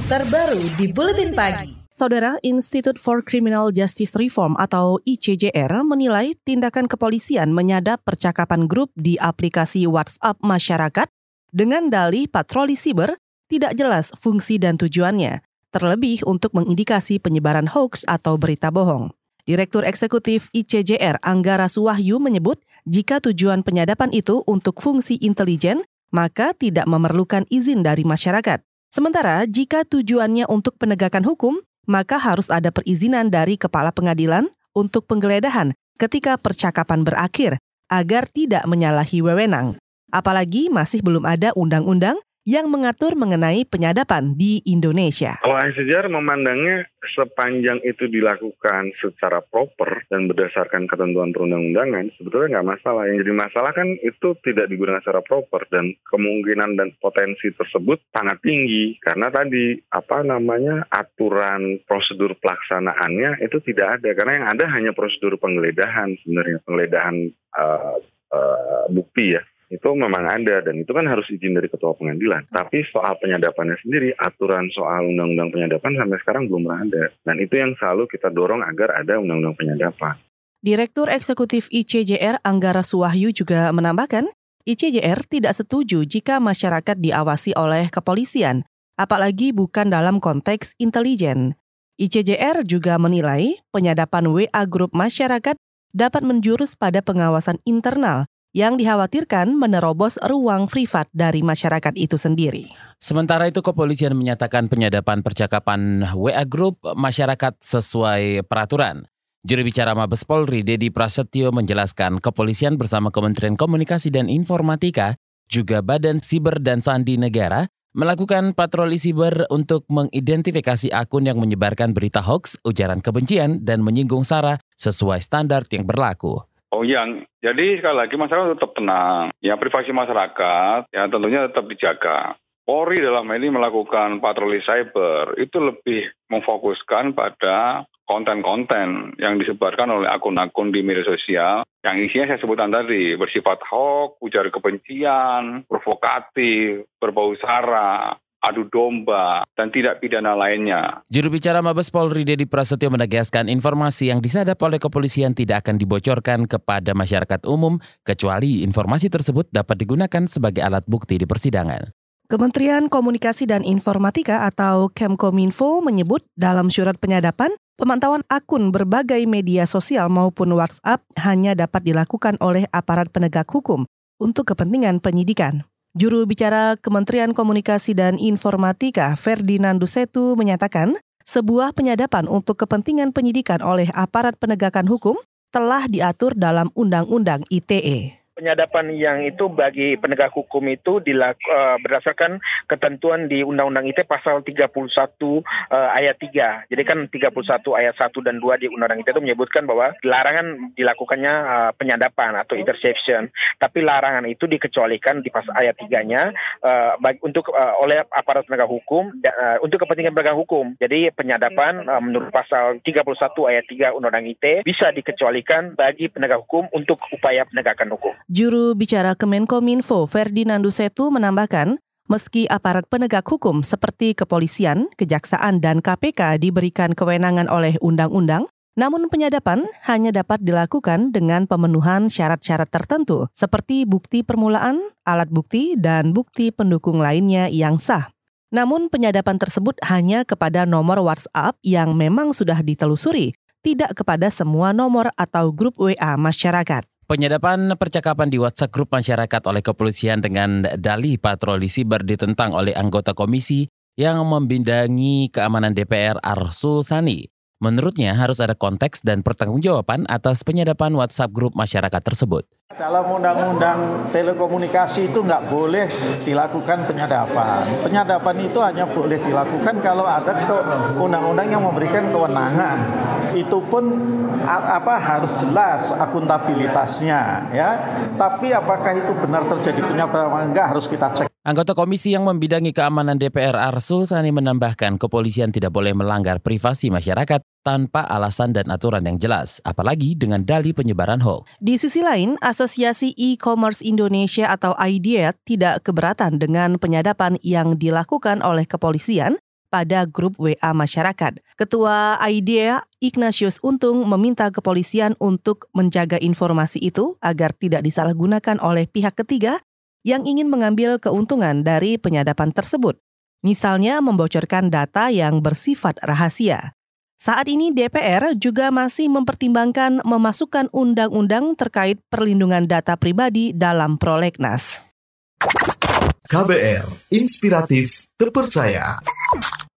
terbaru di Buletin Pagi. Saudara, Institute for Criminal Justice Reform atau ICJR menilai tindakan kepolisian menyadap percakapan grup di aplikasi WhatsApp masyarakat dengan dalih patroli siber tidak jelas fungsi dan tujuannya, terlebih untuk mengindikasi penyebaran hoaks atau berita bohong. Direktur Eksekutif ICJR Anggara Suwahyu menyebut jika tujuan penyadapan itu untuk fungsi intelijen, maka tidak memerlukan izin dari masyarakat. Sementara jika tujuannya untuk penegakan hukum, maka harus ada perizinan dari kepala pengadilan untuk penggeledahan ketika percakapan berakhir agar tidak menyalahi wewenang. Apalagi masih belum ada undang-undang yang mengatur mengenai penyadapan di Indonesia. Kalau ICJR memandangnya sepanjang itu dilakukan secara proper dan berdasarkan ketentuan perundang-undangan, sebetulnya nggak masalah. Yang jadi masalah kan itu tidak digunakan secara proper dan kemungkinan dan potensi tersebut sangat tinggi karena tadi aturan prosedur pelaksanaannya itu tidak ada karena yang ada hanya prosedur penggeledahan sebenarnya penggeledahan bukti ya. Itu memang ada dan itu kan harus izin dari ketua pengadilan. Tapi soal penyadapannya sendiri, aturan soal undang-undang penyadapan sampai sekarang belum ada. Dan itu yang selalu kita dorong agar ada undang-undang penyadapan. Direktur Eksekutif ICJR Anggara Suwahyu juga menambahkan, ICJR tidak setuju jika masyarakat diawasi oleh kepolisian, apalagi bukan dalam konteks intelijen. ICJR juga menilai penyadapan WA grup masyarakat dapat menjurus pada pengawasan internal yang dikhawatirkan menerobos ruang privat dari masyarakat itu sendiri. Sementara itu, kepolisian menyatakan penyadapan percakapan WA Group masyarakat sesuai peraturan. Juru bicara Mabes Polri, Dedi Prasetyo, menjelaskan kepolisian bersama Kementerian Komunikasi dan Informatika, juga Badan Siber dan Sandi Negara, melakukan patroli siber untuk mengidentifikasi akun yang menyebarkan berita hoaks, ujaran kebencian, dan menyinggung SARA sesuai standar yang berlaku. Jadi sekali lagi masyarakat tetap tenang. Ya, privasi masyarakat ya tentunya tetap dijaga. Polri dalam ini melakukan patroli cyber itu lebih memfokuskan pada konten-konten yang disebarkan oleh akun-akun di media sosial yang isinya saya sebutkan tadi bersifat hoax, ujaran kebencian, provokatif, berbau SARA, adu domba, dan tidak pidana lainnya. Juru bicara Mabes Polri Dedi Prasetyo menegaskan informasi yang disadap oleh kepolisian tidak akan dibocorkan kepada masyarakat umum, kecuali informasi tersebut dapat digunakan sebagai alat bukti di persidangan. Kementerian Komunikasi dan Informatika atau Kemkominfo menyebut dalam surat penyadapan, pemantauan akun berbagai media sosial maupun WhatsApp hanya dapat dilakukan oleh aparat penegak hukum untuk kepentingan penyidikan. Juru bicara Kementerian Komunikasi dan Informatika Ferdinando Setu menyatakan sebuah penyadapan untuk kepentingan penyidikan oleh aparat penegakan hukum telah diatur dalam Undang-Undang ITE. Penyadapan yang itu bagi penegak hukum itu berdasarkan ketentuan di Undang-Undang ITE pasal 31 ayat 3. Jadi kan 31 ayat 1 dan 2 di Undang-Undang ITE itu menyebutkan bahwa larangan dilakukannya penyadapan atau interception. Tapi larangan itu dikecualikan di pasal ayat 3-nya oleh aparat penegak hukum untuk kepentingan penegak hukum. Jadi penyadapan menurut pasal 31 ayat 3 Undang-Undang ITE bisa dikecualikan bagi penegak hukum untuk upaya penegakan hukum. Juru bicara Kemenkominfo Ferdinando Setu menambahkan, meski aparat penegak hukum seperti kepolisian, kejaksaan, dan KPK diberikan kewenangan oleh undang-undang, namun penyadapan hanya dapat dilakukan dengan pemenuhan syarat-syarat tertentu, seperti bukti permulaan, alat bukti, dan bukti pendukung lainnya yang sah. Namun penyadapan tersebut hanya kepada nomor WhatsApp yang memang sudah ditelusuri, tidak kepada semua nomor atau grup WA masyarakat. Penyadapan percakapan di WhatsApp grup masyarakat oleh kepolisian dengan dalih patroli siber ditentang oleh anggota komisi yang membidangi keamanan DPR Arsul Sani. Menurutnya harus ada konteks dan pertanggungjawaban atas penyadapan WhatsApp grup masyarakat tersebut. Dalam Undang-Undang Telekomunikasi itu nggak boleh dilakukan penyadapan. Penyadapan itu hanya boleh dilakukan kalau ada undang-undang yang memberikan kewenangan. Itu pun harus jelas akuntabilitasnya, ya. Tapi apakah itu benar terjadi penyadapan enggak harus kita cek. Anggota komisi yang membidangi keamanan DPR Arsul Sani menambahkan kepolisian tidak boleh melanggar privasi masyarakat tanpa alasan dan aturan yang jelas, apalagi dengan dalih penyebaran hoax. Di sisi lain, Asosiasi E-Commerce Indonesia atau IDIAT tidak keberatan dengan penyadapan yang dilakukan oleh kepolisian pada grup WA masyarakat. Ketua IDEA, Ignatius Untung, meminta kepolisian untuk menjaga informasi itu agar tidak disalahgunakan oleh pihak ketiga yang ingin mengambil keuntungan dari penyadapan tersebut. Misalnya membocorkan data yang bersifat rahasia. Saat ini DPR juga masih mempertimbangkan memasukkan undang-undang terkait perlindungan data pribadi dalam prolegnas. KBR, inspiratif, terpercaya.